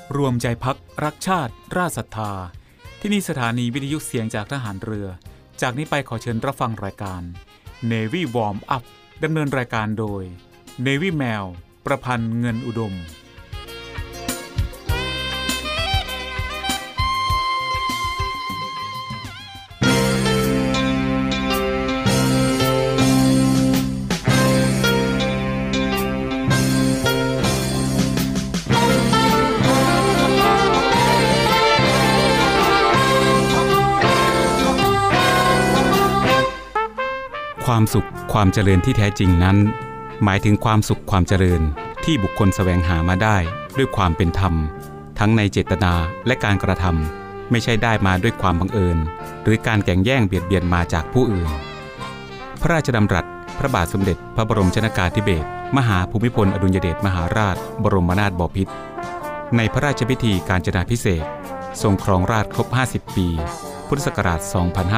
รวมใจพักรักชาติราชศรัทธาที่นี่สถานีวิทยุเสียงจากทหารเรือจากนี้ไปขอเชิญรับฟังรายการ Navy Warm Up ดำเนินรายการโดย Navy แมวประพันธ์เงินอุดมความสุขความเจริญที่แท้จริงนั้นหมายถึงความสุขความเจริญที่บุคคลแสวงหามาได้ด้วยความเป็นธรรมทั้งในเจตนาและการกระทำไม่ใช่ได้มาด้วยความบังเอิญหรือการแข่งแย่งเบียดเบียนมาจากผู้อื่นพระราชดำรัสพระบาทสมเด็จพระบรมชนกาธิเบศรมหาภูมิพลอดุลยเดชมหาราชบรมนาถบพิตรในพระราชพิธีกาญจนาภิเษกทรงครองราชย์ครบ50ปีพุทธศักราช2539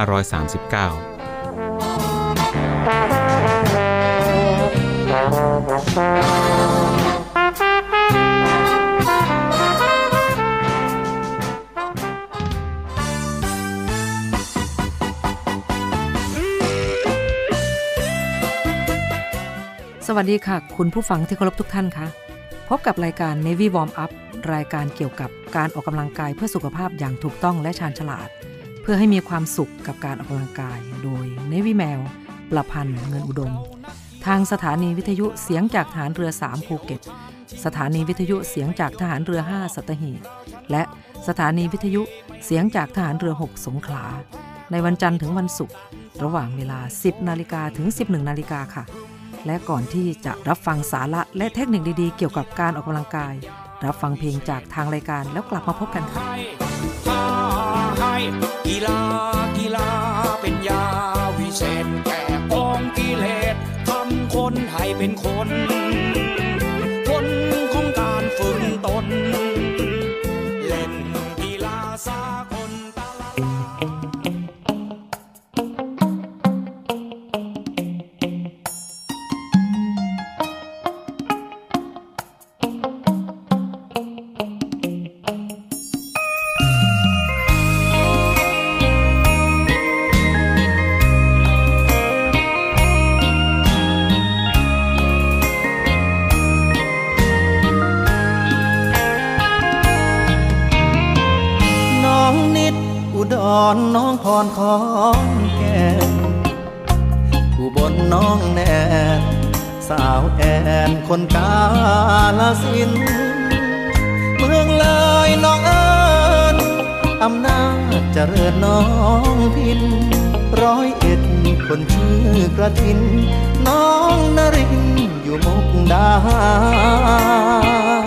สวัสดีค่ะคุณผู้ฟังที่เคารพทุกท่านคะพบกับรายการ Navy Warm Up รายการเกี่ยวกับการออกกำลังกายเพื่อสุขภาพอย่างถูกต้องและชาญฉลาดเพื่อให้มีความสุขกับการออกกำลังกายโดย Navy แมวประพันธ์เงินอุดมทางสถานีวิทยุเสียงจากทหารเรือ3ภูเก็ตสถานีวิทยุเสียงจากทหารเรือ5สัตหีบและสถานีวิทยุเสียงจากทหารเรือ6สงขลาในวันจันทร์ถึงวันศุกร์ระหว่างเวลา 10 นาฬิกาถึง 11 นาฬิกาค่ะและก่อนที่จะรับฟังสาระและเทคนิคดีๆเกี่ยวกับการออกกำลังกายรับฟังเพลงจากทางรายการแล้วกลับมาพบกันค่ะกีฬาเป็นยาวิเศษแก้กองกิเลสทำคนให้เป็นคนของการฝึกตนเล่นกีฬาสากลน้องพรของแก่นอุบลน้องแนนสาวแอนคนกาฬสินธุ์เมืองเลยน้องเอิญอำนาจเจริญน้องพิน101คนชื่อกระทินน้องนรินอยู่มุกดาหาร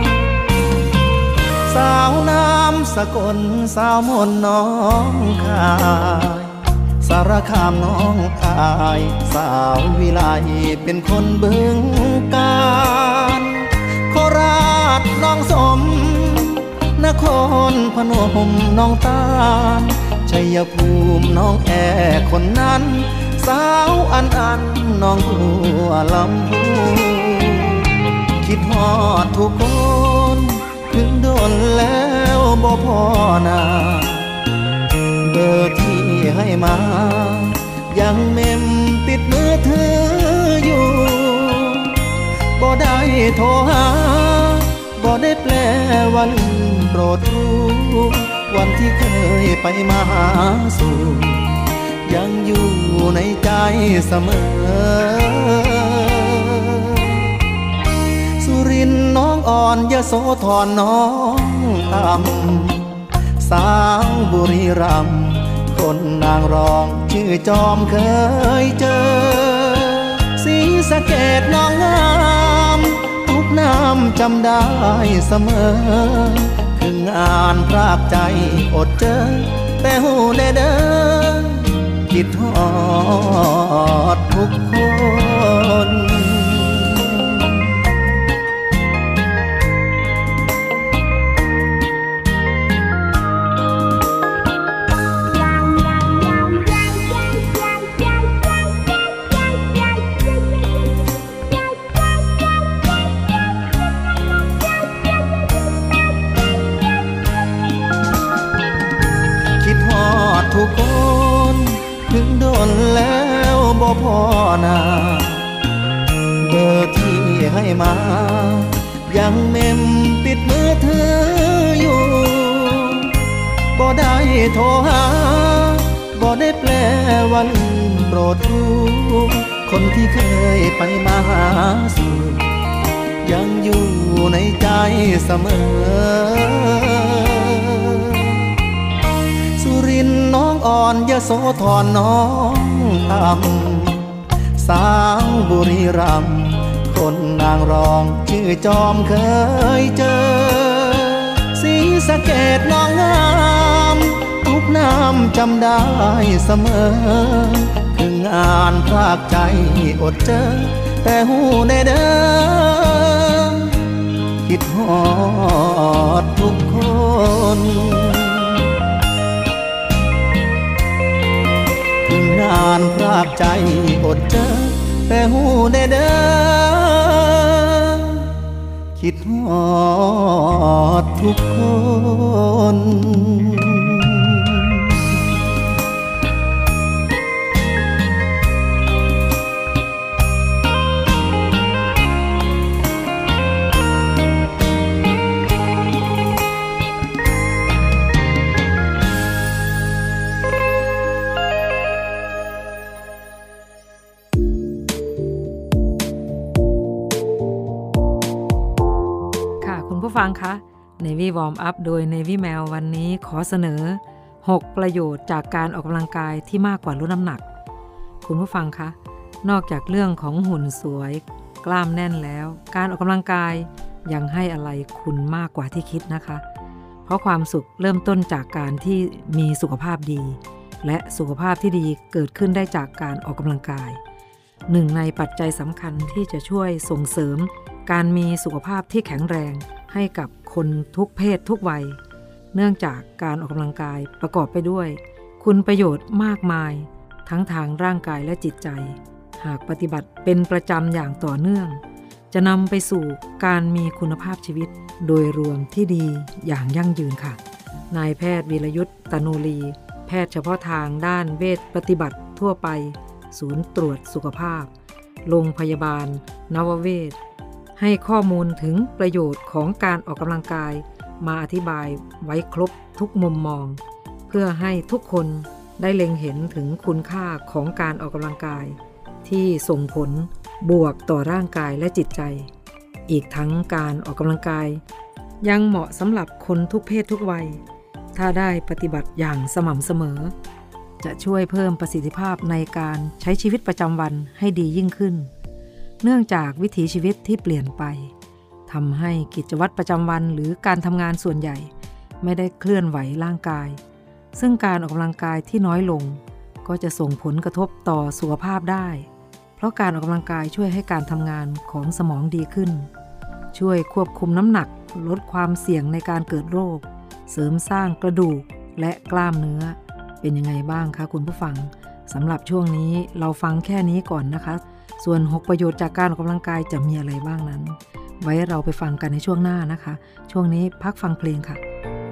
สาวน้ำสกลสาวมนน้องคายสารคามน้องอายสาววิไลเป็นคนบึงกาฬโคราชน้องสมนครพนมน้องตาลชัยภูมิน้องแอคนนั้นสาวอันน้องบัวลำพูคิดฮอดทุกคนถึงโดนแล้วบ่พอนาเบอร์ที่ให้มายังเมมติดมือถืออยู่บ่ได้โทรหาบ่ได้แปลว่าลืมโปรดรู้วันที่เคยไปมาหาสู่ยังอยู่ในใจเสมอสุรินทร์น้องอ่อนยโสธรน้องต่ำสาวบุรีรัมย์คนนางรองชื่อจอมเคยเจอศรีสะเกษน้องงามทุกน้ำจำได้เสมอคืองานพรากใจอดเจอแต่หูแน่เด้อคิดฮอดทุกคนนาเบอร์ที่ให้มายังเมมปิดมือถืออยู่บ่ได้โทรหาบ่ได้แปลว่าลืมโปรดรู้คนที่เคยไปมาหาสู่ยังอยู่ในใจเสมอสุรินทร์น้องอ่อนยโสธรน้องต่ำสางบุรีรัมย์คนนางรองชื่อจอมเคยเจอศรีสะเกษน้องงามทุกน้ำจำได้เสมอคืองานพรากใจอดเจอแต่หูในเด้อคิดฮอดทุกคนคืองานพรากใจอดเจอแต่หูในเด้อคิดฮอดทุกคนฟังคะ Navy Warm Up โดย Navy Mail วันนี้ขอเสนอ6ประโยชน์จากการออกกำลังกายที่มากกว่าลดน้ำหนักคุณผู้ฟังคะนอกจากเรื่องของหุ่นสวยกล้ามแน่นแล้วการออกกำลังกายยังให้อะไรคุณมากกว่าที่คิดนะคะเพราะความสุขเริ่มต้นจากการที่มีสุขภาพดีและสุขภาพที่ดีเกิดขึ้นได้จากการออกกำลังกายหนึ่งในปัจจัยสำคัญที่จะช่วยส่งเสริมการมีสุขภาพที่แข็งแรงให้กับคนทุกเพศทุกวัยเนื่องจากการออกกำลังกายประกอบไปด้วยคุณประโยชน์มากมายทั้งทางร่างกายและจิตใจหากปฏิบัติเป็นประจำอย่างต่อเนื่องจะนำไปสู่การมีคุณภาพชีวิตโดยรวมที่ดีอย่างยั่งยืนค่ะนายแพทย์วีรยุทธ์ตนูลีแพทย์เฉพาะทางด้านเวชปฏิบัติทั่วไปศูนย์ตรวจสุขภาพโรงพยาบาลนวเวศให้ข้อมูลถึงประโยชน์ของการออกกำลังกายมาอธิบายไว้ครบทุกมุมมองเพื่อให้ทุกคนได้เล็งเห็นถึงคุณค่าของการออกกำลังกายที่ส่งผลบวกต่อร่างกายและจิตใจอีกทั้งการออกกำลังกายยังเหมาะสำหรับคนทุกเพศทุกวัยถ้าได้ปฏิบัติอย่างสม่ำเสมอจะช่วยเพิ่มประสิทธิภาพในการใช้ชีวิตประจำวันให้ดียิ่งขึ้นเนื่องจากวิถีชีวิตที่เปลี่ยนไปทำให้กิจวัตรประจำวันหรือการทำงานส่วนใหญ่ไม่ได้เคลื่อนไหวร่างกายซึ่งการออกกำลังกายที่น้อยลงก็จะส่งผลกระทบต่อสุขภาพได้เพราะการออกกำลังกายช่วยให้การทำงานของสมองดีขึ้นช่วยควบคุมน้ำหนักลดความเสี่ยงในการเกิดโรคเสริมสร้างกระดูกและกล้ามเนื้อเป็นยังไงบ้างคะคุณผู้ฟังสำหรับช่วงนี้เราฟังแค่นี้ก่อนนะคะส่วน6ประโยชน์จากการออกกำลังกายจะมีอะไรบ้างนั้นไว้เราไปฟังกันในช่วงหน้านะคะช่วงนี้พักฟังเพลงค่ะ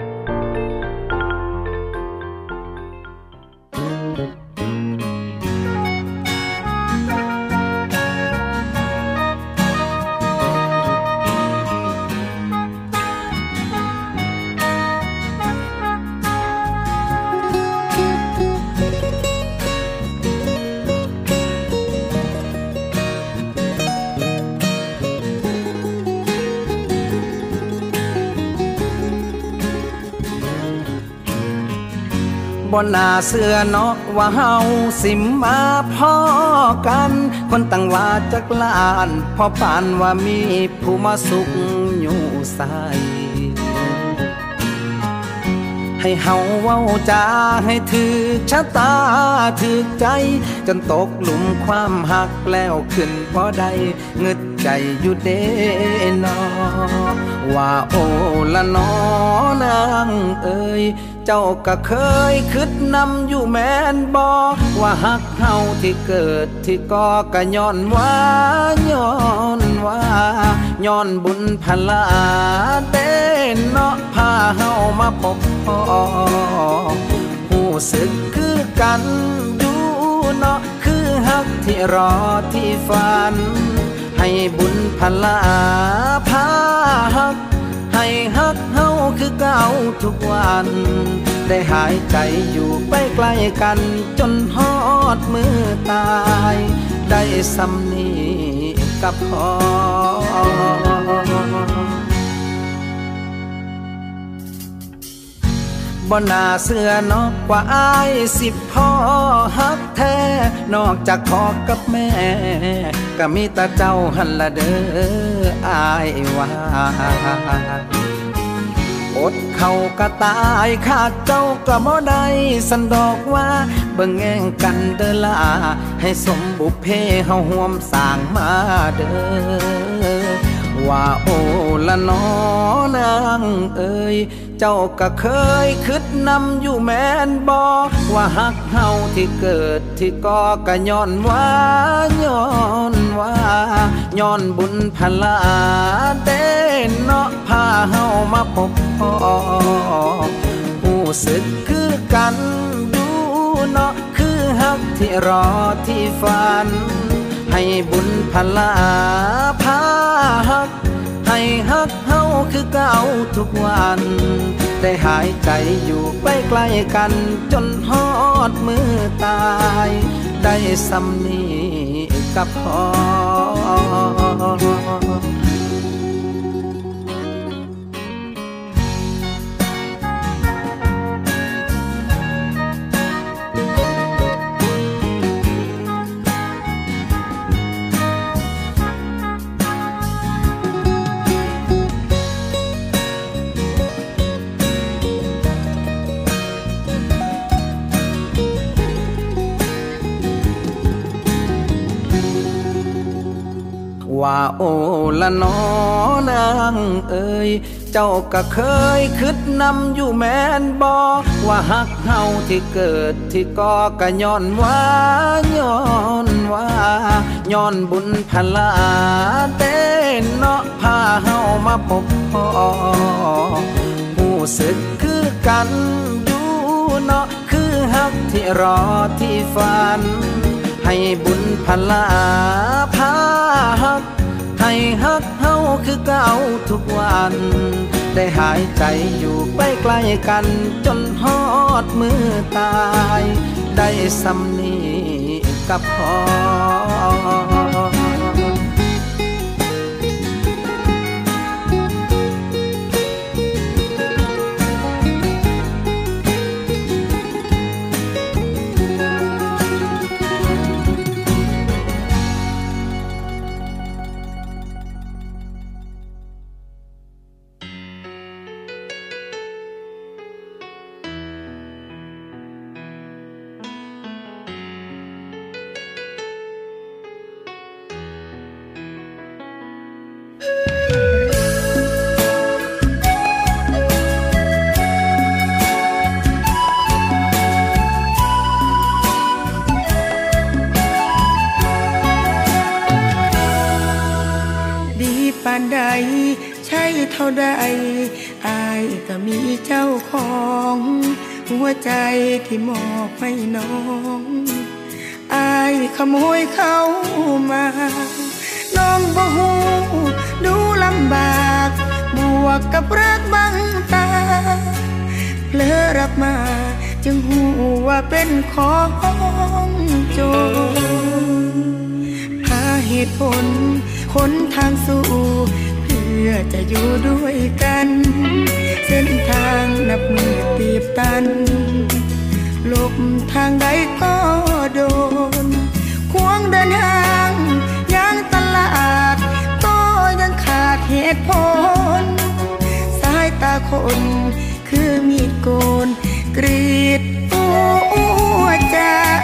บ่น่าเชื่อเนาะว่าเฮาสิมาพ้อกันคนตั้งว่าจักล้านพอปานว่ามีผู้มาสุขอยู่ใส่ให้เฮาเว้าจาให้ถึกชะตาถึกใจจนตกหลุมความหักแล้วขึ้นบ่ได้งึดใจอยู่เด้นอว่าโอ้ละนอนางเอ้ยเจ้าก็เคยคิดนำอยู่แม่นบ่ว่าฮักเฮาที่เกิดที่ก่อก็ย้อนว่าย้อนบุญพลาเด้เนาะพาเฮามาพบพ่อรู้สึกคือกันอยู่เนาะคือฮักที่รอที่ฝันให้บุญพลาพาฮักให้ฮักเฮาคือเก่าทุกวันได้หายใจอยู่ไปใกล้กันจนฮอดมือตายได้สำนีกับพอบ่น่าเชื่อนอกว่าอายสิพ่อฮักแท้นอกจากพ่อกับแม่ก็มีแต่เจ้าหันละเด้ออายว่าอดเขาก็ตายขาดเจ้าก็บ่ได้สันดอกว่าเบิ่งแย่งกันเด้อล่ะให้สมบุพเพเฮาร่วมสร้างมาเด้อว่าโอ้ละน้อนางเอ้ยเจ้าก็เคยคิดนำอยู่แม่นบ่ว่าฮักเฮาที่เกิดที่ก่อก็ย้อนว่าย้อนบุญพลาเด้เนาะพาเฮามาพบพ่อรู้สึกคือกันอยู่เนาะคือฮักที่รอที่ฝันให้บุญพลาพาฮักให้ฮักเฮาคือเก่าทุกวันได้หายใจอยู่ไปใกล้กันจนฮอดมือตายได้สำนีกับพอว่าโอ้ละน้อนางเอ้ยเจ้าก็เคยคิดนำอยู่แม่นบ่ว่าฮักเฮาที่เกิดที่ก่อก็ย้อนว่าย้อนบุญพลาเด้เนาะพาเฮามาพบพ่อรู้สึกคือกันอยู่เนาะคือฮักที่รอที่ฝันให้บุญพลาพาฮักให้ฮักเฮาคือเก่าทุกวันได้หายใจอยู่ไปใกล้กันจนฮอดมือตายได้สำนีกับพอปานใดใช่เท่าใดอายก็มีเจ้าของหัวใจที่มอบให้น้องอายขโมยเข้ามาน้องบ่ฮู้ดูลำบากบวกกับรักบังตาเผลอรับมาจึงฮู้ว่าเป็นของโจรหาเหตุผลหนทางสู่เพื่อจะอยู่ด้วยกันเส้นทางนับมือตีบตันหลบทางใดก็โดนควงเดินห่างย่างตลาดก็ยังขาดเหตุผลสายตาคนคือมีดโกนกรีดหัวใจ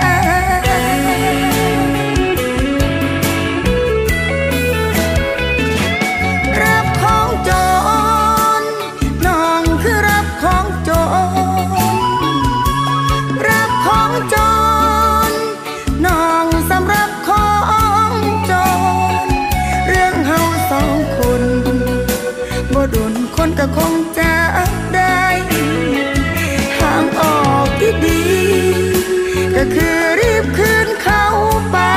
คนก็คงจะได้ทางออกที่ดีก็คือรีบคืนเขาไป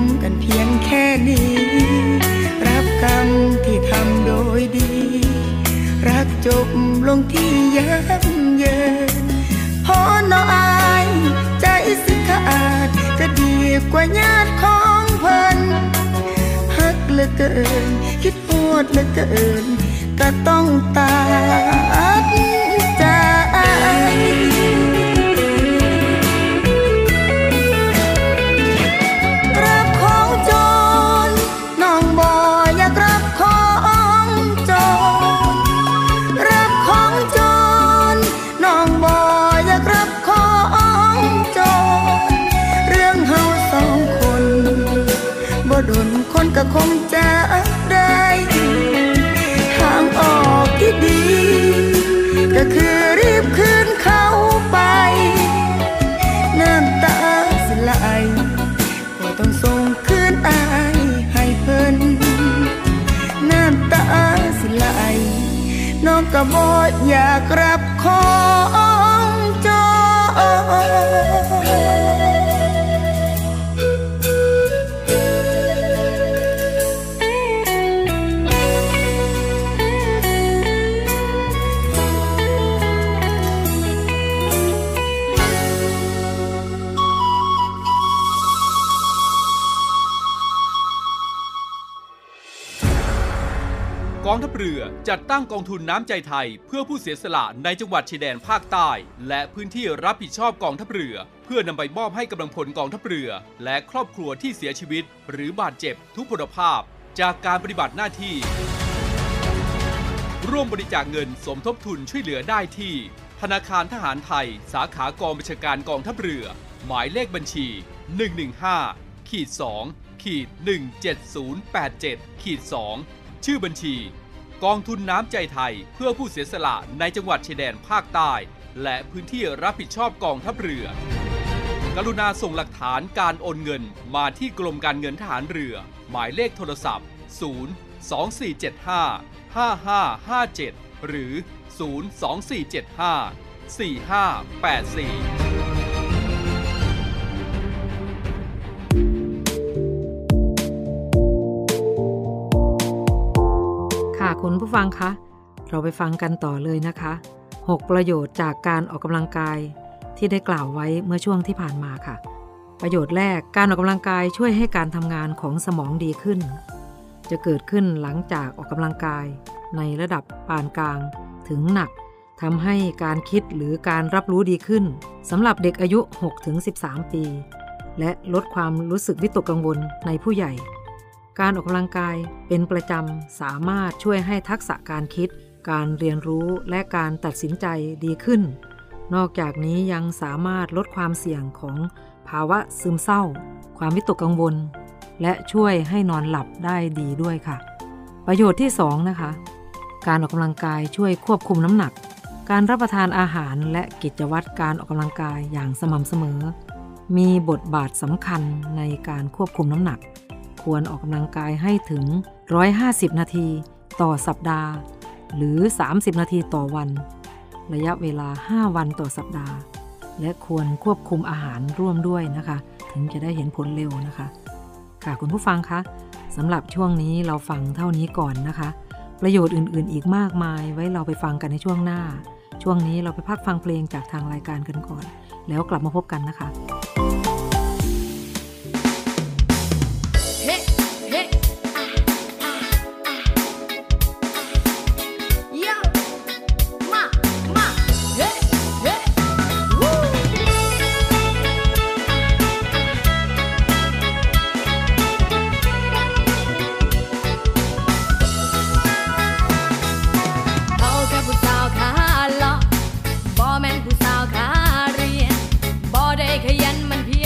กันเพียงแค่นี้รับกรรมที่ทำโดยดีรักจบลงที่ยับเยินพอน้อายใจสิขาดก็ดีกว่าญาติของเพิ่นฮักเหลือเกินคิดโหดเหลือเกินก็ต้องตัดใจรับของโจรน้องบ่อยากรับของโจรรับของโจรน้องบ่อยากรับของโจรเรื่องเฮาสองคนบ่โดนคนก็คงจะได้ทางออกที่ดีก็คือรีบคืนเขาไปน้ำตาสิไหลก็ต้องส่งคืนอายให้เพิ่นน้ำตาสิไหลน้องก็บ่อยากรับของโจรกองทัพเรือจัดตั้งกองทุนน้ำใจไทยเพื่อผู้เสียสละในจังหวัดชายแดนภาคใต้และพื้นที่รับผิดชอบกองทัพเรือเพื่อนำไปมอบให้กำลังพลกองทัพเรือและครอบครัวที่เสียชีวิตหรือบาดเจ็บทุพพลภาพจากการปฏิบัติหน้าที่ร่วมบริจาคเงินสมทบทุนช่วยเหลือได้ที่ธนาคารทหารไทยสาขากองบัญชาการกองทัพเรือหมายเลขบัญชี 115-2-17087-2ชื่อบัญชีกองทุนน้ำใจไทยเพื่อผู้เสียสละในจังหวัดชายแดนภาคใต้และพื้นที่รับผิดชอบกองทัพเรือกรุณาส่งหลักฐานการโอนเงินมาที่กรมการเงินทหารเรือหมายเลขโทรศัพท์024755557หรือ024754584 คุณผู้ฟังคะเราไปฟังกันต่อเลยนะคะ6ประโยชน์จากการออกกำลังกายที่ได้กล่าวไว้เมื่อช่วงที่ผ่านมาค่ะประโยชน์แรกการออกกำลังกายช่วยให้การทำงานของสมองดีขึ้นจะเกิดขึ้นหลังจากออกกำลังกายในระดับปานกลางถึงหนักทำให้การคิดหรือการรับรู้ดีขึ้นสำหรับเด็กอายุ 6-13 ปีและลดความรู้สึกวิตกกังวลในผู้ใหญ่การออกกำลังกายเป็นประจำสามารถช่วยให้ทักษะการคิดการเรียนรู้และการตัดสินใจดีขึ้นนอกจากนี้ยังสามารถลดความเสี่ยงของภาวะซึมเศร้าความวิตกกังวลและช่วยให้นอนหลับได้ดีด้วยค่ะประโยชน์ที่2นะคะการออกกำลังกายช่วยควบคุมน้ำหนักการรับประทานอาหารและกิจวัตรการออกกำลังกายอย่างสม่ำเสมอมีบทบาทสำคัญในการควบคุมน้ำหนักควรออกกำลังกายให้ถึง150นาทีต่อสัปดาห์หรือ30นาทีต่อวันระยะเวลา5วันต่อสัปดาห์และควรควบคุมอาหารร่วมด้วยนะคะถึงจะได้เห็นผลเร็วนะคะค่ะคุณผู้ฟังคะสำหรับช่วงนี้เราฟังเท่านี้ก่อนนะคะประโยชน์อื่นๆอีกมากมายไว้เราไปฟังกันในช่วงหน้าช่วงนี้เราไปพักฟังเพลงจากทางรายการกันก่อนแล้วกลับมาพบกันนะคะขยันมันเพีย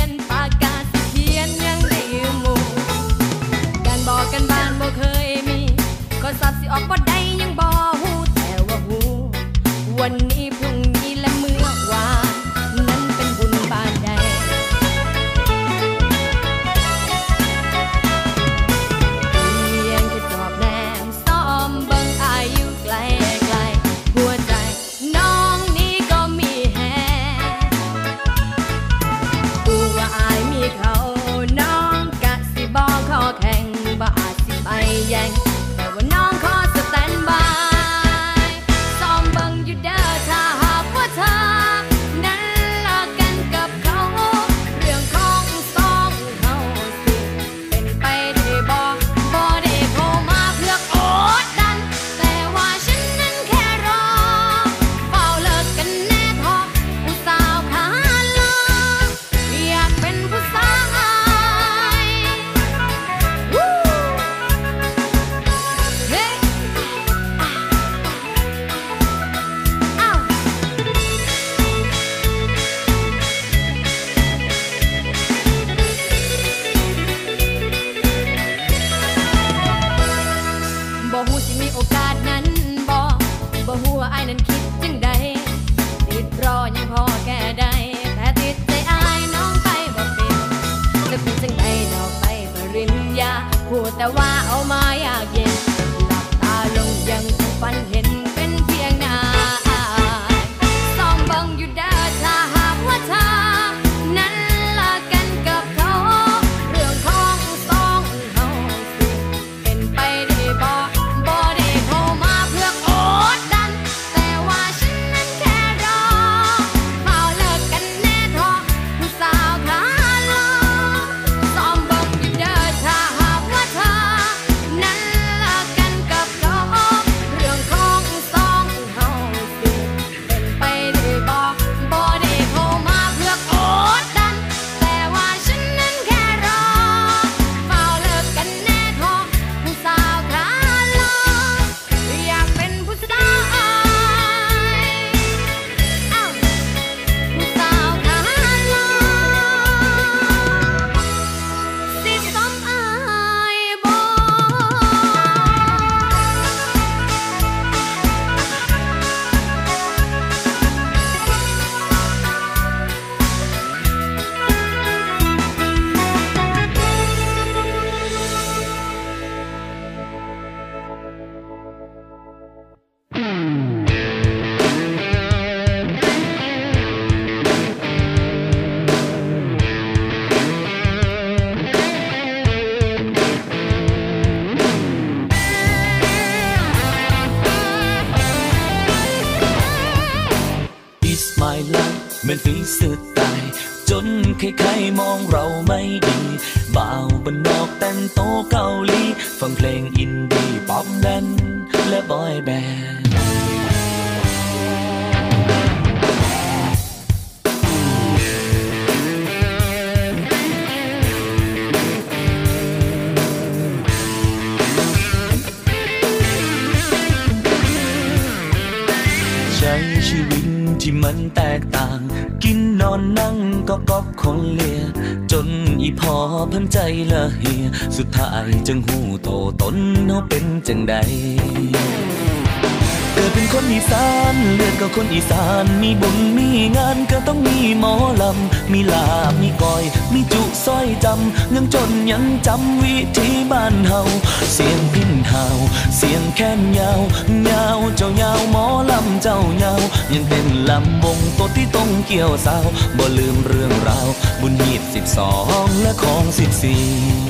บ่ฮู้สิมีโอกาสนั้นบ่ฮู้ว่าอ้ายนั้นคิดจังใดติดรอยังพอแก้ได้แต่ติดใจอ้ายน้องไปบ่เป็นจะเป็นจังใดดอกไปปริญญาพูดแต่ว่าเอามายากเย็นหลับตาลงยังคงฝันเห็นเป็นเพียงหน้าอ้ายส่องเบิ่งอยู่เด้อถ้าหากว่าเธอนั้นละกันกับเขาเรื่องของสองเฮาสิเป็นไปได้บ่ได้เข้ามาเพื่อกดดันแต่ว่าฉันนั้นแค่รอเฝ้าเลิกกันแน่ท้อผู้สาวขาลอส่องเบิ่งอยู่เด้อถ้าหากว่าเธอนั้นละกันกับเขาเรื่องของสองเฮาสิเป็นไปได้บ่ได้เข้ามาเพื่อกดดันแต่ว่าฉันนั้นแค่รอเฝ้าเลิกกันแน่ท้อผู้สาวขาลออยากเป็นผู้สาวผู้สาวขาลอสิสมอายบ่ It's my life เหมือนฝีสุดตายจนใครๆมองเราไม่ดีบ่าวบ้านนอกแต่งโตเกาหลีฟังเพลงอินดี้ป๊อปแดนซ์และบอยแบนด์ใช้ชีวิตที่มันแตกต่างกินนอนนั่งก็คนเลียจนอีพอเพิ่นใจละเหียสุดท้ายจึงหูโตตนเฮาเป็นจังใดเกิดเป็นคนอีสานเลือดก็คนอีสานมีบุญมีงานก็ต้องมีหมอลำมีลาบมีก้อยมีจุซอยจำยังจนยังจำวิธีบ้านเฮาเสียงพิณเฮาเสียงแค้นยาวยาวเจ้ายาวหมอลำเจ้ายาวยังเป็นลำวงตัวที่ต้องเกี่ยวสาวบ่ลืมเรื่องราวบุญหีบ12และของ14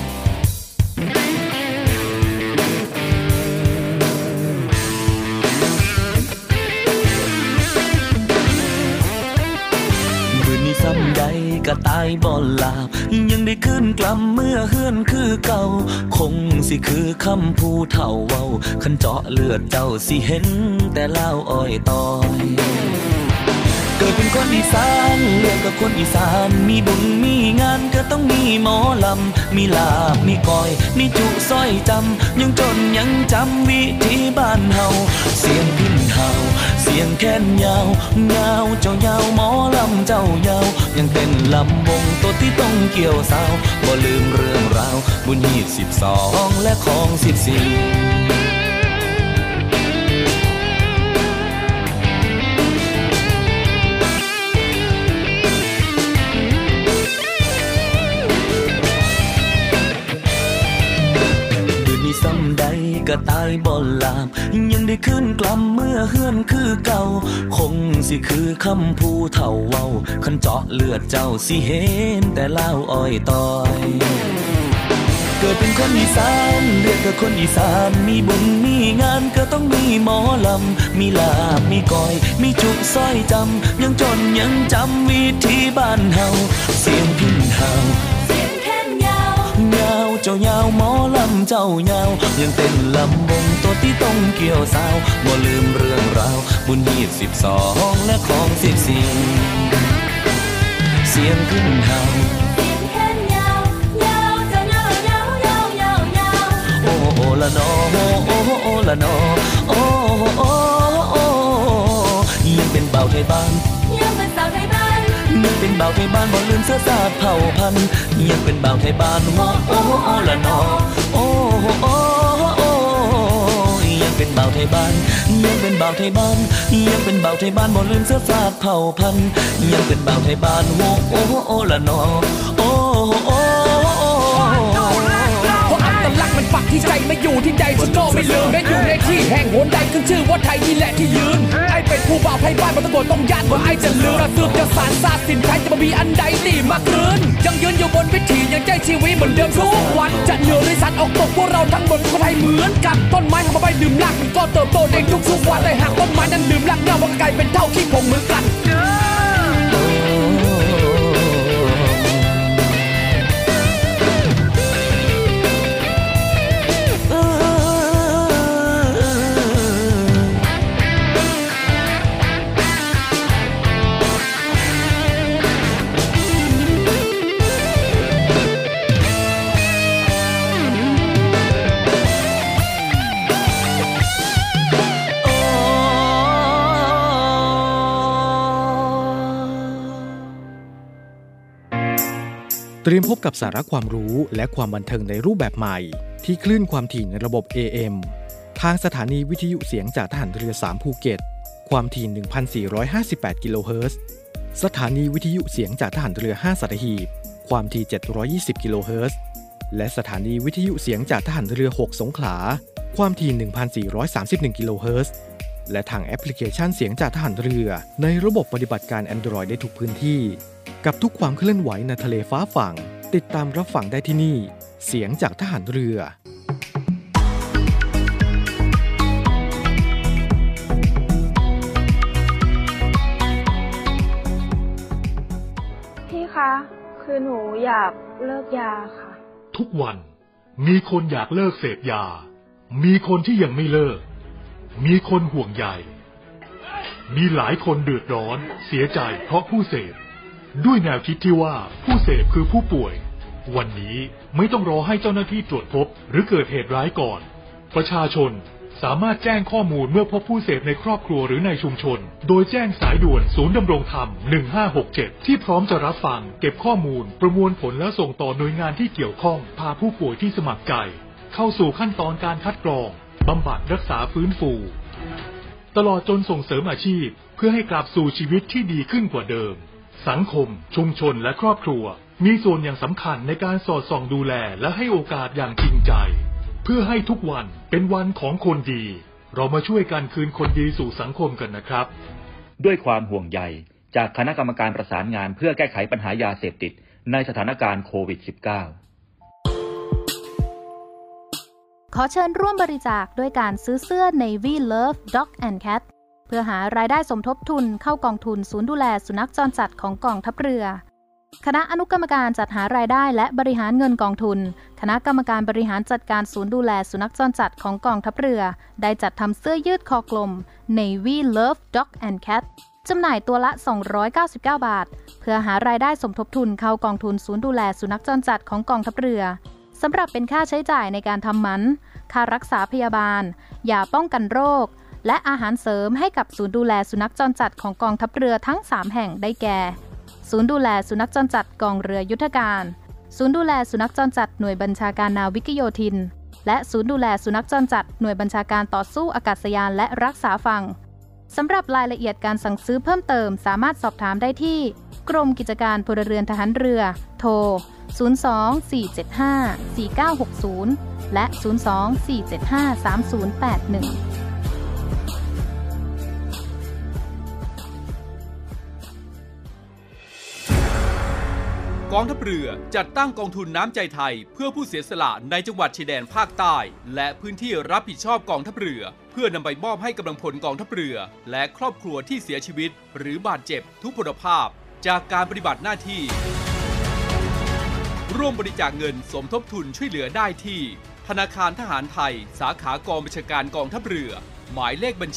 ซ้ำใดก็ตายบ่ลาบยังได้ขึ้นกลับเมื่อเฮือนคือเก่าคงสิคือคำผู้เฒ่าเว้าคันเจาะเลือดเจ้าสิเห็นแต่ลาวอ้อยตอยเกิดเป็นคนอีสานเลือดก็คนอีสานมีบุญมีงานก็ต้องมีหมอลำมีลาบมีก้อยมีจุซอยจำยังจนยังจำวิธีบ้านเฮาเสียงพิณเฮาเสียงแค้นยาวยาวเจ้ายาวหมอลำเจ้ายาวยังเป็นลำวงตัวที่ต้องเกี่ยวสาวบ่ลืมเรื่องราวบุญหีบ12และของ14ซ้ำใดก็ตายบ่ลาบยังได้ขึ้นกลับเมื่อเฮือนคือเก่าคงสิคือคำผู้เฒ่าเว้าคันเจาะเลือดเจ้าสิเห็นแต่ลาวอ้อยตอยเกิดเป็นคนอีสานเลือดก็คนอีสานมีบุญมีงานก็ต้องมีหมอลำมีลาบมีก้อยมีจุซอยจำยังจนยังจำวิธีบ้านเฮาเสียงพิณเฮาเจ้ายาวหมอลำเจ้ายาวยังเต้นลำวงตัวที่ต้องเกี่ยวสาวบ่ลืมเรื่องราวบุญหีบ12และของ14เสียงขึ้นเฮาโอ้โอละนอโอ้โอละนอโอ้โอ้โอ้ยังเป็นเบาไทยบ้านยังเป็นบ่าวไทยบ้านบ่ลืมเสื้อสาดเผ่าพันธุ์ยังเป็นบ่าวไทยบ้านโอ้โอ้โอ้ละนอโอ้โอ้โอ้ยบ้านยังเป็นบ่าวไทยบ้านยังเป็นบ่าวไทยบ้านบ่ลืมเสื้อฝากเผ่าพันธุ์ยังเป็นบ่าวไทยบ้านโอ้โอ้โอ้ละนอโอ้โอ้เพราะอัตลักษณ์มันปักที่ใจไม่อยู่ที่ใดฉันก็ไม่ลืมและอยู่ในที่แห่งหนใดขึ้นชื่อว่าไทยนี่แหละที่ยืนไอ้เป็นผู้บ่าวไทยบ้านมันตะโกนต้องย่านว่าไอ้จะลืมกระสืบกระสานศาสตร์สินไทยจะมามีอันใดตีมากคืนยังยืนอยู่บนวิถียังใจชีวิตเหมือนเดิมทุกวันจะเหนือหรือสันออกตกพวกเราทั้งหมดคนไทยเหมือนกันต้นไม้ทำมาใบดื่มรากมันก็เติบโตในทุกวันแต่หากต้นไม้นั้นดื่มรากเน่ามันก็กลายเป็นเท่าขี้ผงเหมือนกันเตรียมพบกับสาระความรู้และความบันเทิงในรูปแบบใหม่ที่คลื่นความถี่ในระบบ AM ทางสถานีวิทยุเสียงจากทหารเรือ3ภูเก็ตความถี่ 1,458 กิโลเฮิรตซ์สถานีวิทยุเสียงจากทหารเรือ5สัตหีบความถี่720 กิโลเฮิรตซ์และสถานีวิทยุเสียงจากทหารเรือ6สงขลาความถี่ 1,431 กิโลเฮิรตซ์และทางแอปพลิเคชันเสียงจากทหารเรือในระบบปฏิบัติการ Android ได้ทุกพื้นที่กับทุกความเคลื่อนไหวในทะเลฟ้าฝั่งติดตามรับฟังได้ที่นี่เสียงจากทหารเรือพี่คะคือหนูอยากเลิกยาค่ะทุกวันมีคนอยากเลิกเสพยามีคนที่ยังไม่เลิกมีคนห่วงใยมีหลายคนเดือดร้อนเสียใจเพราะผู้เสพด้วยแนวคิดที่ว่าผู้เสพคือผู้ป่วยวันนี้ไม่ต้องรอให้เจ้าหน้าที่ตรวจพบหรือเกิดเหตุร้ายก่อนประชาชนสามารถแจ้งข้อมูลเมื่อพบผู้เสพในครอบครัวหรือในชุมชนโดยแจ้งสายด่วนศูนย์ดำรงธรรม1567ที่พร้อมจะรับฟังเก็บข้อมูลประมวลผลและส่งต่อหน่วยงานที่เกี่ยวข้องพาผู้ป่วยที่สมัครใจเข้าสู่ขั้นตอนการคัดกรองบำบัดรักษาฟื้นฟูตลอดจนส่งเสริมอาชีพเพื่อให้กลับสู่ชีวิตที่ดีขึ้นกว่าเดิมสังคมชุมชนและครอบครัวมีส่วนอย่างสำคัญในการสอดส่องดูแลและให้โอกาสอย่างจริงใจเพื่อให้ทุกวันเป็นวันของคนดีเรามาช่วยกันคืนคนดีสู่สังคมกันนะครับด้วยความห่วงใยจากคณะกรรมการประสานงานเพื่อแก้ไขปัญหายาเสพติดในสถานการณ์โควิด -19 ขอเชิญร่วมบริจาคด้วยการซื้อเสื้อ Navy Love Dog and Cat เพื่อหารายได้สมทบทุนเข้ากองทุนศูนย์ดูแลสุนัขจรจัดของกองทัพเรือคณะอนุกรรมการจัดหารายได้และบริหารเงินกองทุนคณะกรรมการบริหารจัดการศูนย์ดูแลสุนัขจรจัดของกองทัพเรือได้จัดทำเสื้อยืดคอกลม Navy Love Dog and Cat จำหน่ายตัวละ299 บาทเพื่อหารายได้สมทบทุนเข้ากองทุนศูนย์ดูแลสุนัขจรจัดของกองทัพเรือสำหรับเป็นค่าใช้จ่ายในการทำหมันค่ารักษาพยาบาลยาป้องกันโรคและอาหารเสริมให้กับศูนย์ดูแลสุนัขจรจัดของกองทัพเรือทั้ง3แห่งได้แก่ศูนย์ดูแลสุนัขจรจัดกองเรือยุทธการศูนย์ดูแลสุนัขจรจัดหน่วยบัญชาการนาวิกโยธินและศูนย์ดูแลสุนัขจรจัดหน่วยบัญชาการต่อสู้อากาศยานและรักษาฝั่งสำหรับรายละเอียดการสั่งซื้อเพิ่มเติมสามารถสอบถามได้ที่กรมกิจการพลเรือนทหารเรือโทร02-475-4960และ02-475-3081 กองทัพเรือจัดตั้งกองทุนน้ำใจไทยเพื่อผู้เสียสละในจังหวัดชายแดนภาคใต้และพื้นที่รับผิดชอบกองทัพเรือเพื่อนำไปมอบให้กำลังพลกองทัพเรือและครอบครัวที่เสียชีวิตหรือบาดเจ็บทุพพลภาพจากการปฏิบัติหน้าที่ร่วมบริจาคเงินสมทบทุนช่วยเหลือได้ที่ธนาคารทหารไทยสาขากองบัญชาการกองทัพเรือหมายเลขบัญชี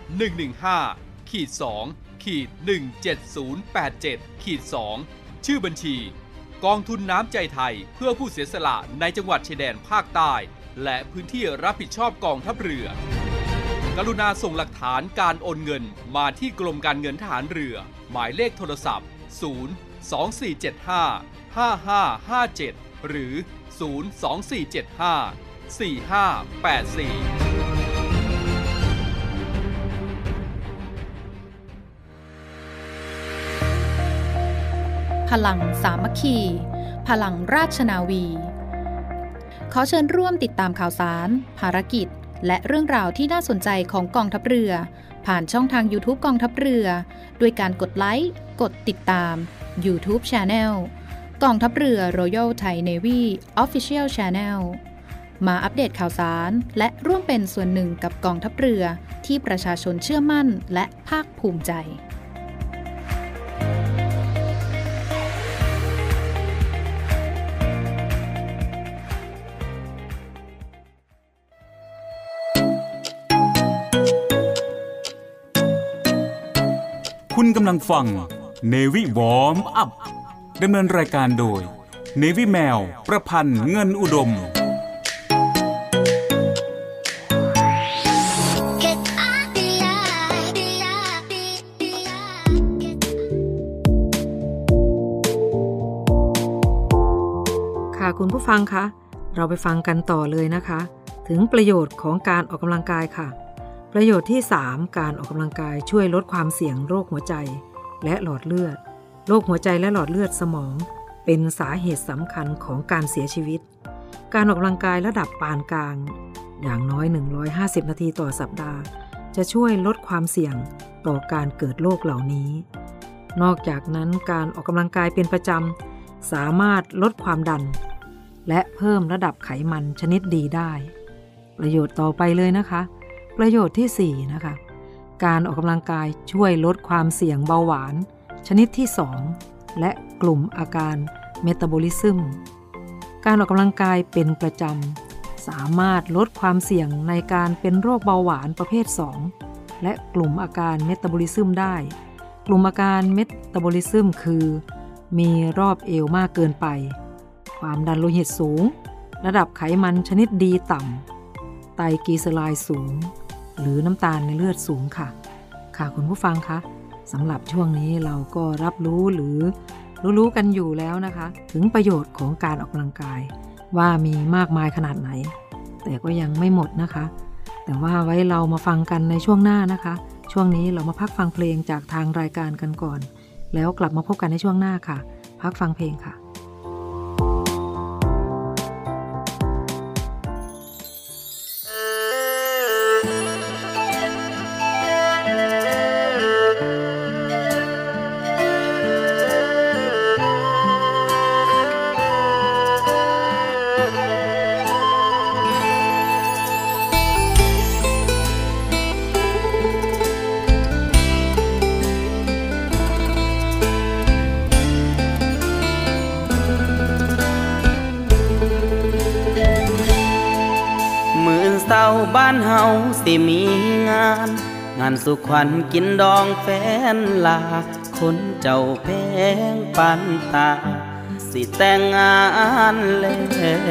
115-2-17087-2ชื่อบัญชีกองทุนน้ำใจไทยเพื่อผู้เสียสละในจังหวัดชายแดนภาคใต้และพื้นที่รับผิดชอบกองทัพเรือกรุณาส่งหลักฐานการโอนเงินมาที่กรมการเงินทหารเรือหมายเลขโทรศัพท์024755557หรือ024754584 พลังสามัคคีพลังราชนาวีขอเชิญร่วมติดตามข่าวสารภารกิจและเรื่องราวที่น่าสนใจของกองทัพเรือผ่านช่องทาง YouTube กองทัพเรือด้วยการกดไลค์กดติดตาม YouTube Channel กองทัพเรือ Royal Thai Navy Official Channel มาอัปเดตข่าวสารและร่วมเป็นส่วนหนึ่งกับกองทัพเรือที่ประชาชนเชื่อมั่นและภาคภูมิใจคุณกำลังฟัง Navy Warm Up ดำเนินรายการโดย Navy แมวประพันธ์เงินอุดมค่ะคุณผู้ฟังคะเราไปฟังกันต่อเลยนะคะถึงประโยชน์ของการออกกำลังกายค่ะประโยชน์ที่ 3 การออกกำลังกายช่วยลดความเสี่ยงโรคหัวใจและหลอดเลือดโรคหัวใจและหลอดเลือดสมองเป็นสาเหตุสำคัญของการเสียชีวิตการออกกำลังกายระดับปานกลางอย่างน้อย150นาทีต่อสัปดาห์จะช่วยลดความเสี่ยงต่อการเกิดโรคเหล่านี้นอกจากนั้นการออกกำลังกายเป็นประจำสามารถลดความดันและเพิ่มระดับไขมันชนิดดีได้ประโยชน์ต่อไปเลยนะคะประโยชน์ที่4นะคะการออกกำลังกายช่วยลดความเสี่ยงเบาหวานชนิดที่2และกลุ่มอาการเมตาบอลิซึมการออกกำลังกายเป็นประจำสามารถลดความเสี่ยงในการเป็นโรคเบาหวานประเภท2และกลุ่มอาการเมตาบอลิซึมได้กลุ่มอาการเมตาบอลิซึมคือมีรอบเอวมากเกินไปความดันโลหิตสูงระดับไขมันชนิดดีต่ำไตรกลีเซอไรด์สูงหรือน้ำตาลในเลือดสูงค่ะคุณผู้ฟังคะสำหรับช่วงนี้เราก็รับรู้หรือรู้กันอยู่แล้วนะคะถึงประโยชน์ของการออกกำลังกายว่ามีมากมายขนาดไหนแต่ก็ยังไม่หมดนะคะแต่ว่าไว้เรามาฟังกันในช่วงหน้านะคะช่วงนี้เรามาพักฟังเพลงจากทางรายการกันก่อนแล้วกลับมาพบกันในช่วงหน้าค่ะพักฟังเพลงค่ะบ้านเฮาสิมีงานสุขวัญกินดองแฟนลาคนเจ้าแพงปานตาสิแต่งงานแล้ว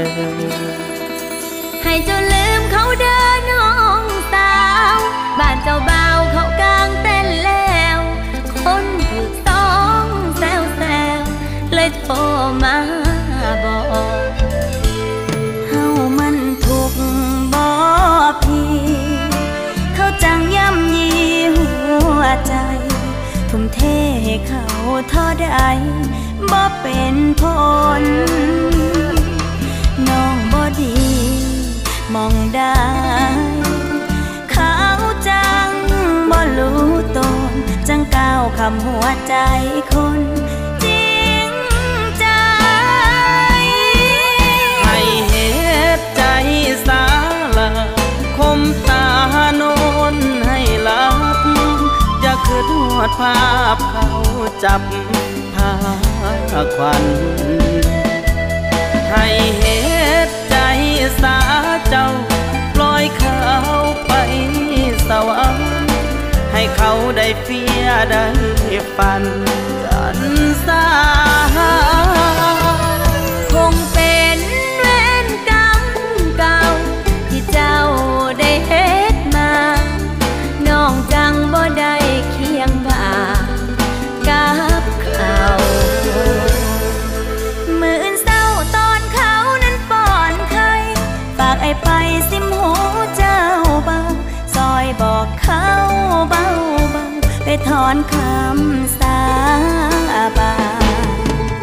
ให้เจ้าลืมเขาเด้อน้องสาวบ้านเจ้าบ่าวเขากางเต้นแล้วคนถูกต้องแซวเลยโทรมาบอกเฮามันทุกข์บ่พี่เขาจังย่ำยีหัวใจทุ่มเทให้เขาเท่าใดบ่เป็นผลน้องบ่ดีมองได้เขาจังบ่รู้ตนจังก้าวคำหัวใจคนจริงใจให้เหตุใจสาลาคมตาโนนให้ลับอย่าคืนหวดภาพเขาจับผ้าควันให้เหตุใจสาเจ้าปล่อยเขาไปสวรรค์ให้เขาได้เฟียได้ฝันกันสาคงเป็นเวรกรรมเก่าที่เจ้าได้เฮ็ดมาน้องจังบ่ได้เคียงบ่ากับเขามื้อเศร้าตอนเขานั้นป้อนไข่ฝากไอ้ไปสิมหูเจ้าเบาซอยบอกเขาเบาไปถอนคำสาบาน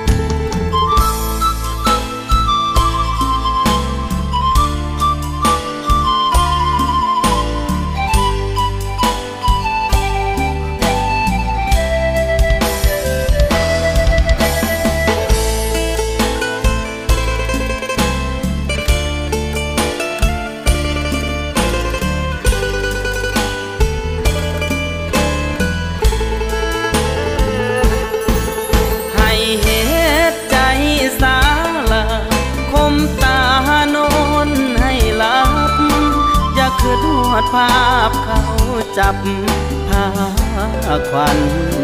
ดภาพเขาจับผ้าควัน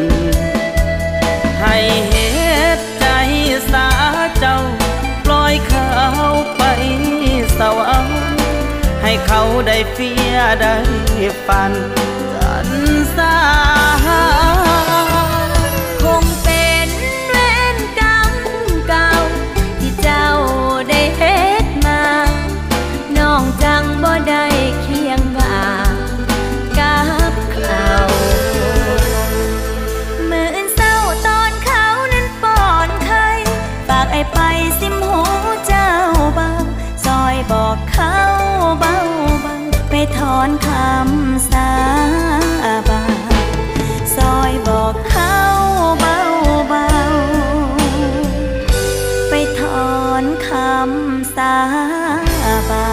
ให้เหตุใจสาเจ้าปล่อยเขาไปสวรรค์ให้เขาได้เฟียได้ฝันกันสาคงเป็นเวรกรรมเก่าที่เจ้าได้เฮ็ดมาน้องจังบ่ได้เคียงบ่ากับเขามื้อเช้าตอนเขานั้นป้อนไข่ฝากไอ้ไปสิมหูเจ้าบ้างซอยบอกเขาเบาๆไปถอนคำสาบานซอยบอกเขาเบาๆไปถอนคำสาบาน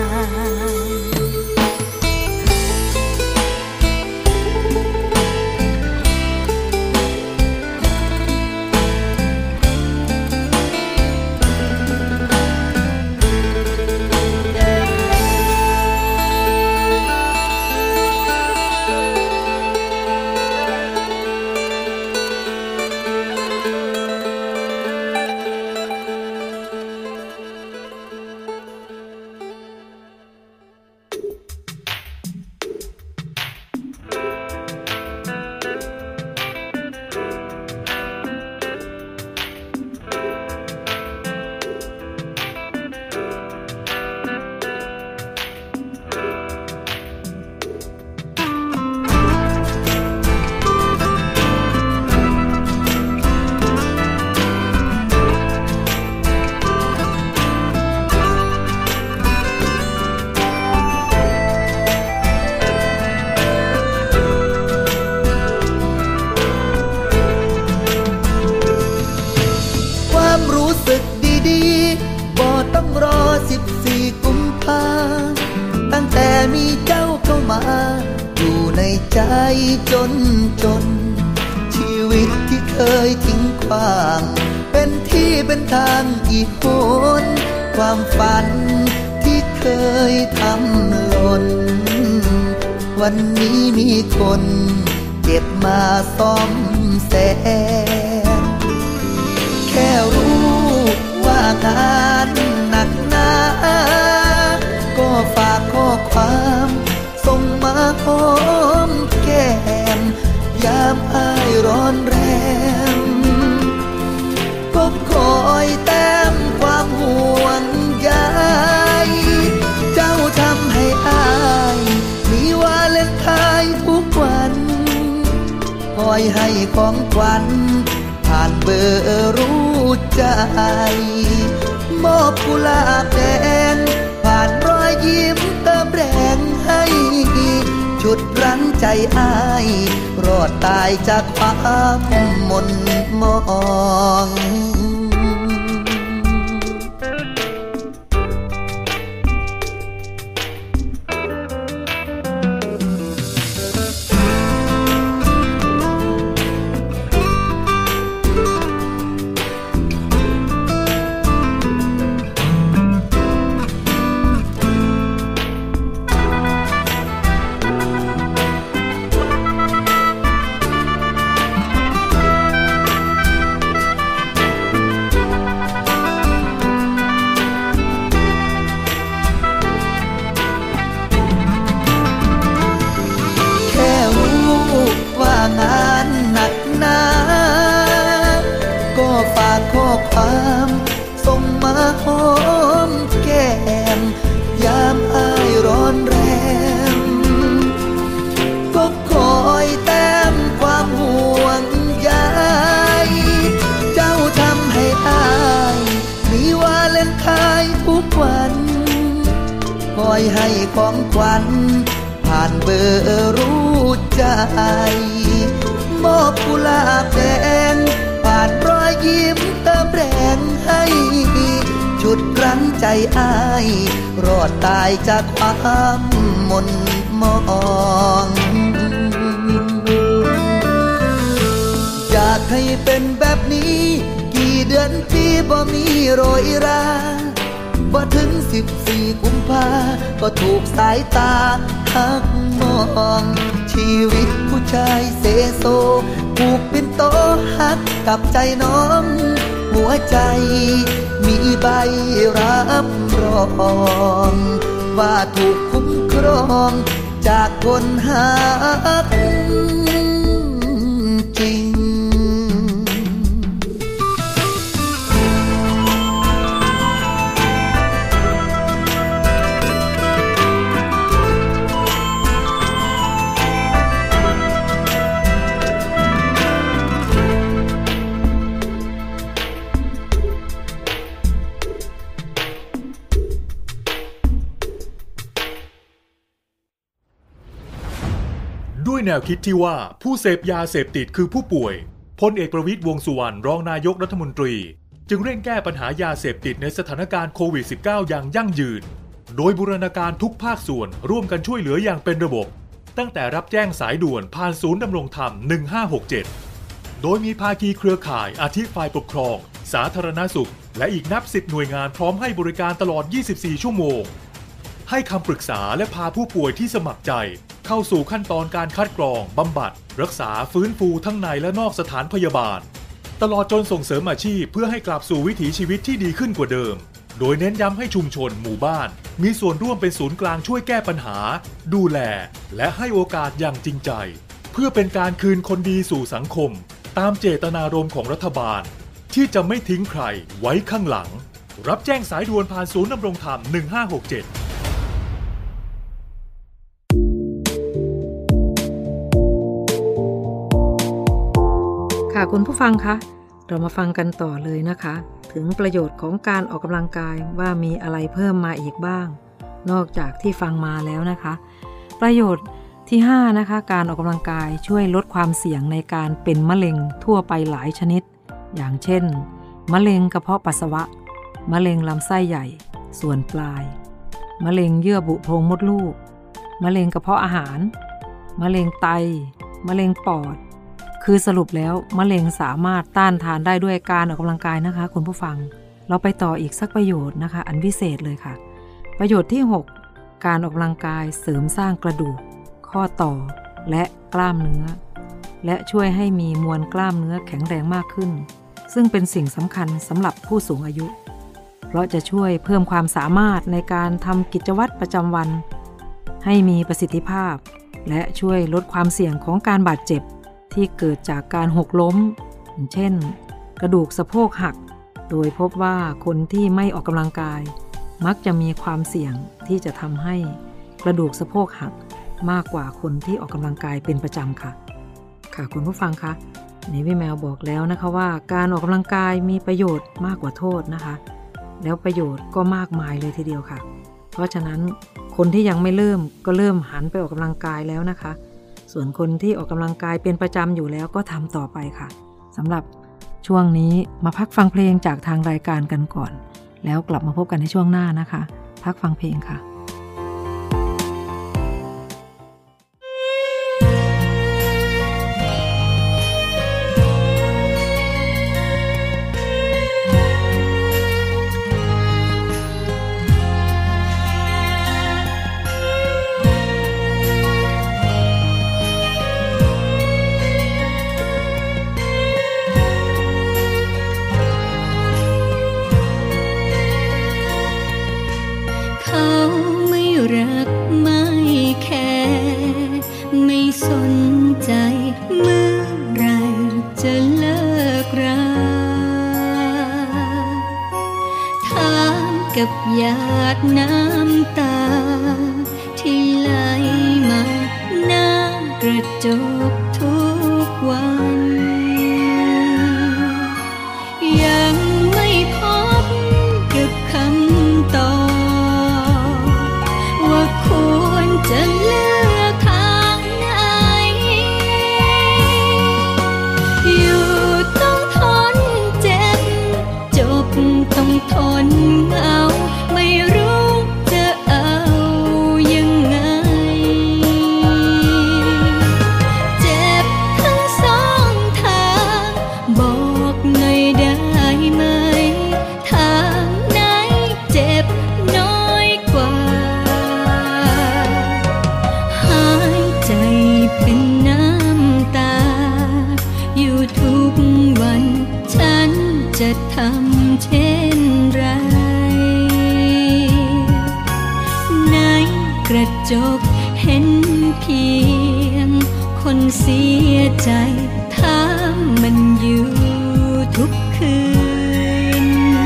จนชีวิตที่เคยทิ้งขว้างเป็นที่เป็นทางอีกหนความฝันที่เคยทำหล่นวันนี้มีคนเก็บมาซ่อมแซมแค่รู้ว่างานหนักหนาก็ฝากข้อความส่งมาหอมแก้มยามอ้ายร้อนแรงก็คอยแต้มความห่วงใยเจ้าทำให้อ้ายมีวาเลนไทน์ทุกวันคอยให้ของขวัญผ่านเบอร์รู้ใจมอบกุหลาบแดงผ่านรอยยิ้มเติมแรงให้ชุดรั้งใจอ้ายรอดตายจากความหม่นมองความส่งมาหอมแก้มยามอ้ายร้อนแรงก็คอยแต้มความห่วงใยเจ้าทำให้อ้ายมีวาเลนไทน์ทุกวันคอยให้ของขวัญผ่านเบอร์รู้ใจมอบกุหลาบแดงผ่านรอยยิ้มเติมแรงให้ชุดรั้งใจอ้ายรอดตายจากความหม่นมองอยากให้เป็นแบบนี้กี่เดือนปีบ่มีโรยราว่าถึง14 กุมภาก็ถูกสายตาหักมองชีวิตผู้ชายเสโซผูกเป็นโตหักกับใจน้องหัวใจมีใบรับรองว่าถูกคุ้มครองจากคนหักจริงด้วยแนวคิดที่ว่าผู้เสพยาเสพติดคือผู้ป่วยพลเอกประวิตร วงษ์สุวรรณรองนายกรัฐมนตรีจึงเร่งแก้ปัญหายาเสพติดในสถานการณ์โควิด -19 อย่างยั่งยืนโดยบูรณาการทุกภาคส่วนร่วมกันช่วยเหลืออย่างเป็นระบบตั้งแต่รับแจ้งสายด่วนผ่านศูนย์ดำรงธรรม 1567 โดยมีภาคีเครือข่ายอาทิฝ่ายปกครองสาธารณสุขและอีกนับ10หน่วยงานพร้อมให้บริการตลอด 24 ชั่วโมงให้คำปรึกษาและพาผู้ป่วยที่สมัครใจเข้าสู่ขั้นตอนการคัดกรองบำบัดรักษาฟื้นฟูทั้งในและนอกสถานพยาบาลตลอดจนส่งเสริมอาชีพเพื่อให้กลับสู่วิถีชีวิตที่ดีขึ้นกว่าเดิมโดยเน้นย้ำให้ชุมชนหมู่บ้านมีส่วนร่วมเป็นศูนย์กลางช่วยแก้ปัญหาดูแลและให้โอกาสอย่างจริงใจเพื่อเป็นการคืนคนดีสู่สังคมตามเจตนารมณ์ของรัฐบาลที่จะไม่ทิ้งใครไว้ข้างหลังรับแจ้งสายด่วนผ่านศูนย์ดำรงธรรม 1567 ค่ะคุณผู้ฟังคะเรามาฟังกันต่อเลยนะคะถึงประโยชน์ของการออกกำลังกายว่ามีอะไรเพิ่มมาอีกบ้างนอกจากที่ฟังมาแล้วนะคะประโยชน์ที่5นะคะการออกกำลังกายช่วยลดความเสี่ยงในการเป็นมะเร็งทั่วไปหลายชนิดอย่างเช่นมะเร็งกระเพาะปัสสาวะมะเร็งลำไส้ใหญ่ส่วนปลายมะเร็งเยื่อบุโพรงมดลูกมะเร็งกระเพาะอาหารมะเร็งไตมะเร็งปอดคือสรุปแล้วมะเร็งสามารถต้านทานได้ด้วยการออกกำลังกายนะคะคุณผู้ฟังเราไปต่ออีกสักประโยชน์นะคะอันพิเศษเลยค่ะประโยชน์ที่6การออกกำลังกายเสริมสร้างกระดูกข้อต่อและกล้ามเนื้อและช่วยให้มีมวลกล้ามเนื้อแข็งแรงมากขึ้นซึ่งเป็นสิ่งสำคัญสำหรับผู้สูงอายุเพราะจะช่วยเพิ่มความสามารถในการทำกิจวัตรประจำวันให้มีประสิทธิภาพและช่วยลดความเสี่ยงของการบาดเจ็บที่เกิดจากการหกล้มอย่างเช่นกระดูกสะโพกหักโดยพบว่าคนที่ไม่ออกกำลังกายมักจะมีความเสี่ยงที่จะทำให้กระดูกสะโพกหักมากกว่าคนที่ออกกำลังกายเป็นประจำค่ะคุณผู้ฟังคะNavy Mailบอกแล้วนะคะว่าการออกกำลังกายมีประโยชน์มากกว่าโทษนะคะแล้วประโยชน์ก็มากมายเลยทีเดียวค่ะเพราะฉะนั้นคนที่ยังไม่เริ่มก็เริ่มหันไปออกกำลังกายแล้วนะคะส่วนคนที่ออกกำลังกายเป็นประจำอยู่แล้วก็ทำต่อไปค่ะสำหรับช่วงนี้มาพักฟังเพลงจากทางรายการกันก่อนแล้วกลับมาพบกันในช่วงหน้านะคะพักฟังเพลงค่ะกับหยาดน้ำตาที่ไหลมาหน้ากระจกทุกวันยังไม่พบกับคำตอบว่าควรจะเลือกทางไหนอยู่ต้องทนเจ็บจบต้องทนเหงาไม่รู้จะเอายังไงเจ็ทำเช่นไรในกระจกเห็นเพียงคนเสียใจถามมันอยู่ทุกคืน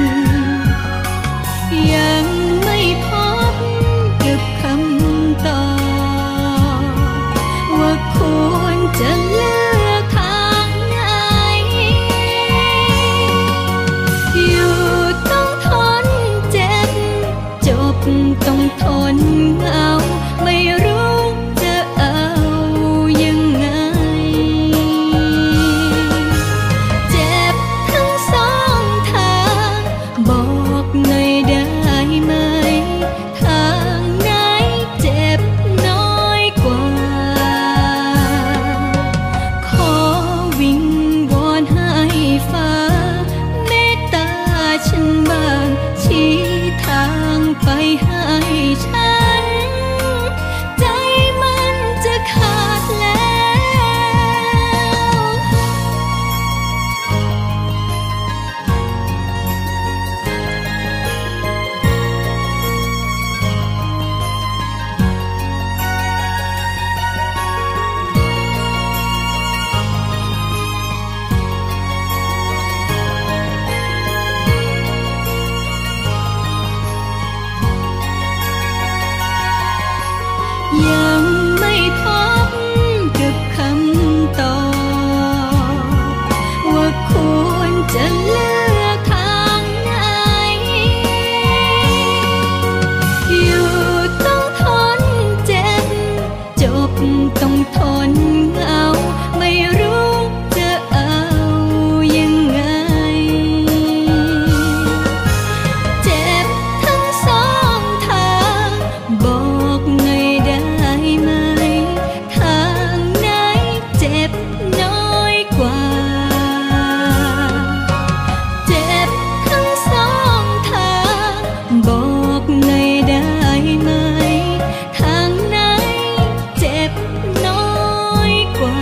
ยังไม่พบกับคำตอบว่าควรจะเลือกทางไหนอยู่ต้องทนเจ็บจบต้องทนเหงาไม่รู้จะเอายังไงเจ็บทั้งสองทางบอกหน่อยได้ไหมทางไหนเจ็บน้อยกว่าขอวิงวอนให้ฟ้าเมตตาฉันบ้างชี้ทางไปให้ฉันใจมันจะขาดแล้วยังไม่พบกับคำตอบว่าควรจะเลือกทางไหนอยู่ต้องทนเจ็บจบต้องทนเหงาไม่รู้จะเอายังไงเจ็บทั้งสองทางบอกหน่อยได้ไหมทางไหนเจ็บน้อยกว่าเจ็บทั้งสองทางบอกหน่อยได้ไหมทางไหนเจ็บน้อยกว่า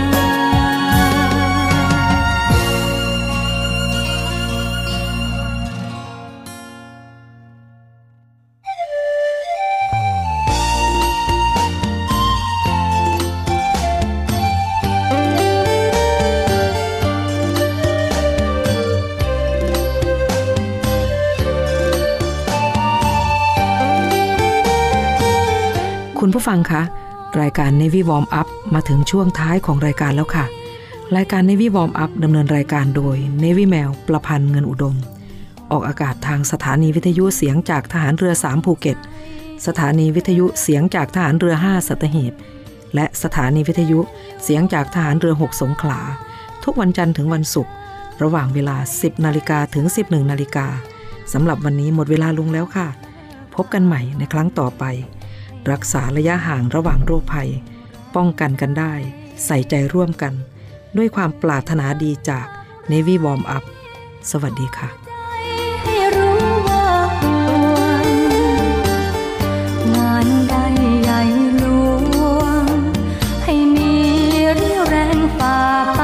คุณผู้ฟังคะรายการ Navy Warm Up มาถึงช่วงท้ายของรายการแล้วค่ะรายการ Navy Warm Up ดำเนินรายการโดย Navy แมวประพันธ์เงินอุดมออกอากาศทางสถานีวิทยุเสียงจากทหารเรือ3ภูเก็ตสถานีวิทยุเสียงจากทหารเรือ5สัตหีบและสถานีวิทยุเสียงจากทหารเรือ6สงขลาทุกวันจันทร์ถึงวันศุกร์ระหว่างเวลา 10 นาฬิกาถึง 11 นาฬิกาสำหรับวันนี้หมดเวลาลงแล้วค่ะพบกันใหม่ในครั้งต่อไปรักษาระยะห่างระหว่างโรคภัยป้องกันกันได้ใส่ใจร่วมกันด้วยความปรารถนาดีจาก Navy Warm Up สวัสดีค่ะให้รู้ว่าห่วงงานใดใหญ่หลวงให้มีเรี่ยวแรงฝ่าไป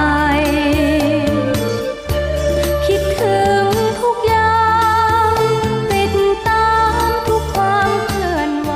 คิดถึงทุกอย่างติดตามทุกความเคลื่อนไหว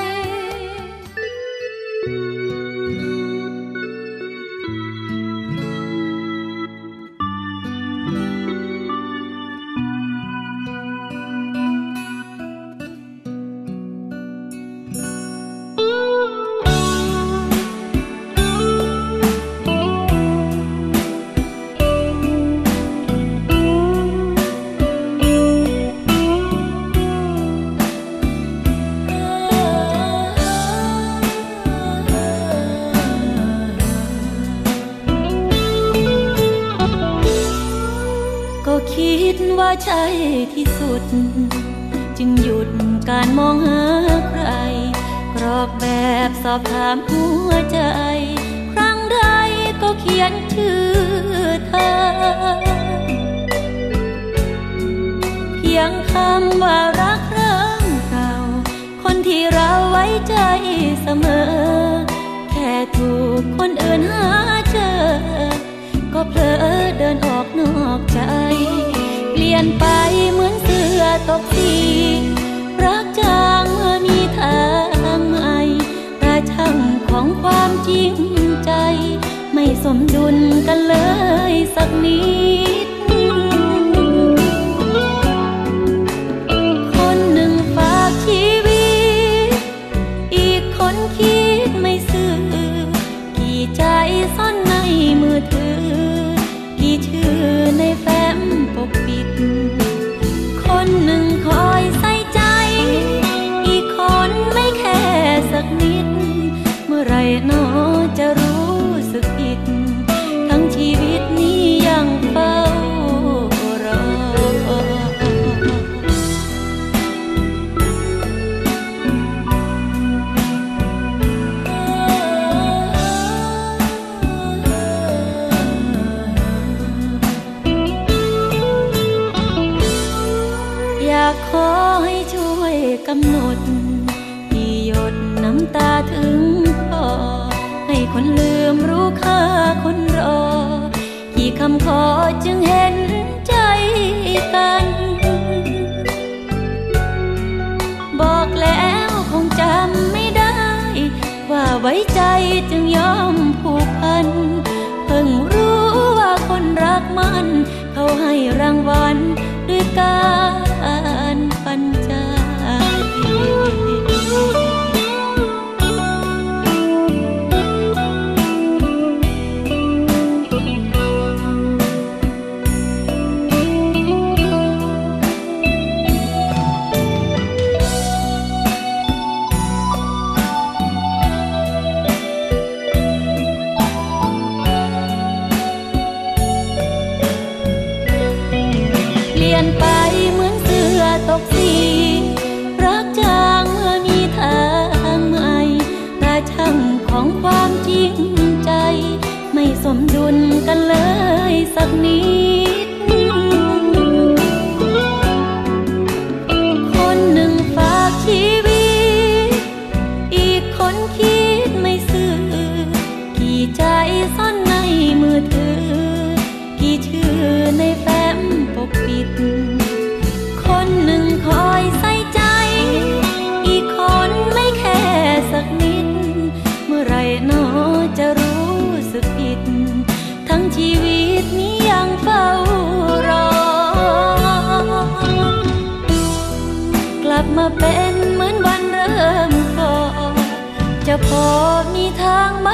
ว่าใช่ที่สุดจึงหยุดการมองหาใครกรอกแบบสอบถามหัวใจครั้งใดก็เขียนชื่อเธอเพียงคำว่ารักเริ่มเก่าคนที่เราไว้ใจเสมอแค่ถูกคนอื่นหาเจอก็เผลอเดินออกนอกใจเปลี่ยนตกสีรักจางเมื่อมีทางใหม่ราช่างของความจริงใจไม่สมดุลกันเลยสักนิดคนหนึ่งฝากชีวิตอีกคนคิดไม่ซื่อกี่ใจซ่อนในมือถือกี่ชื่อในแฟ้มปกปิดคนหนึ่งคอยใส่ใจอีกคนไม่แค่สักนิดเมื่อไรหนอจะรู้สึกผิดทั้งชีวิตนี้ยังเฝ้ารออยากขอให้ช่วยกำหนดที่หยดน้ำตาถึงพอให้คนลืมรู้ค่าคนรอกี่คำขอจึงเห็นใจกันบอกแล้วคงจำไม่ได้ว่าไว้ใจจึงยอมผูกพันเพิ่งรู้ว่าคนรักมันเขาให้รางวัลด้วยการปันใจเปลี่ยนไปเหมือนเสื้อตกสีรักจางเมื่อมีทางใหม่ราช่างของความจริงใจไม่สมดุลกันเลยสักนิดคนหนึ่งฝากชีวิตอีกคนคิดไม่ซื่อกี่ใจซ่อนในมือถือกี่ชื่อในแฟ้มปกปิดคนหนึ่งคอยใส่ใจอีกคนไม่แค่สักนิดเมื่อไรหนอจะรู้สึกผิดทั้งชีวิตนี้ยังเฝ้ารอกลับมาเป็นเหมือนวันเริ่มก่อนจะพอมีทางไหม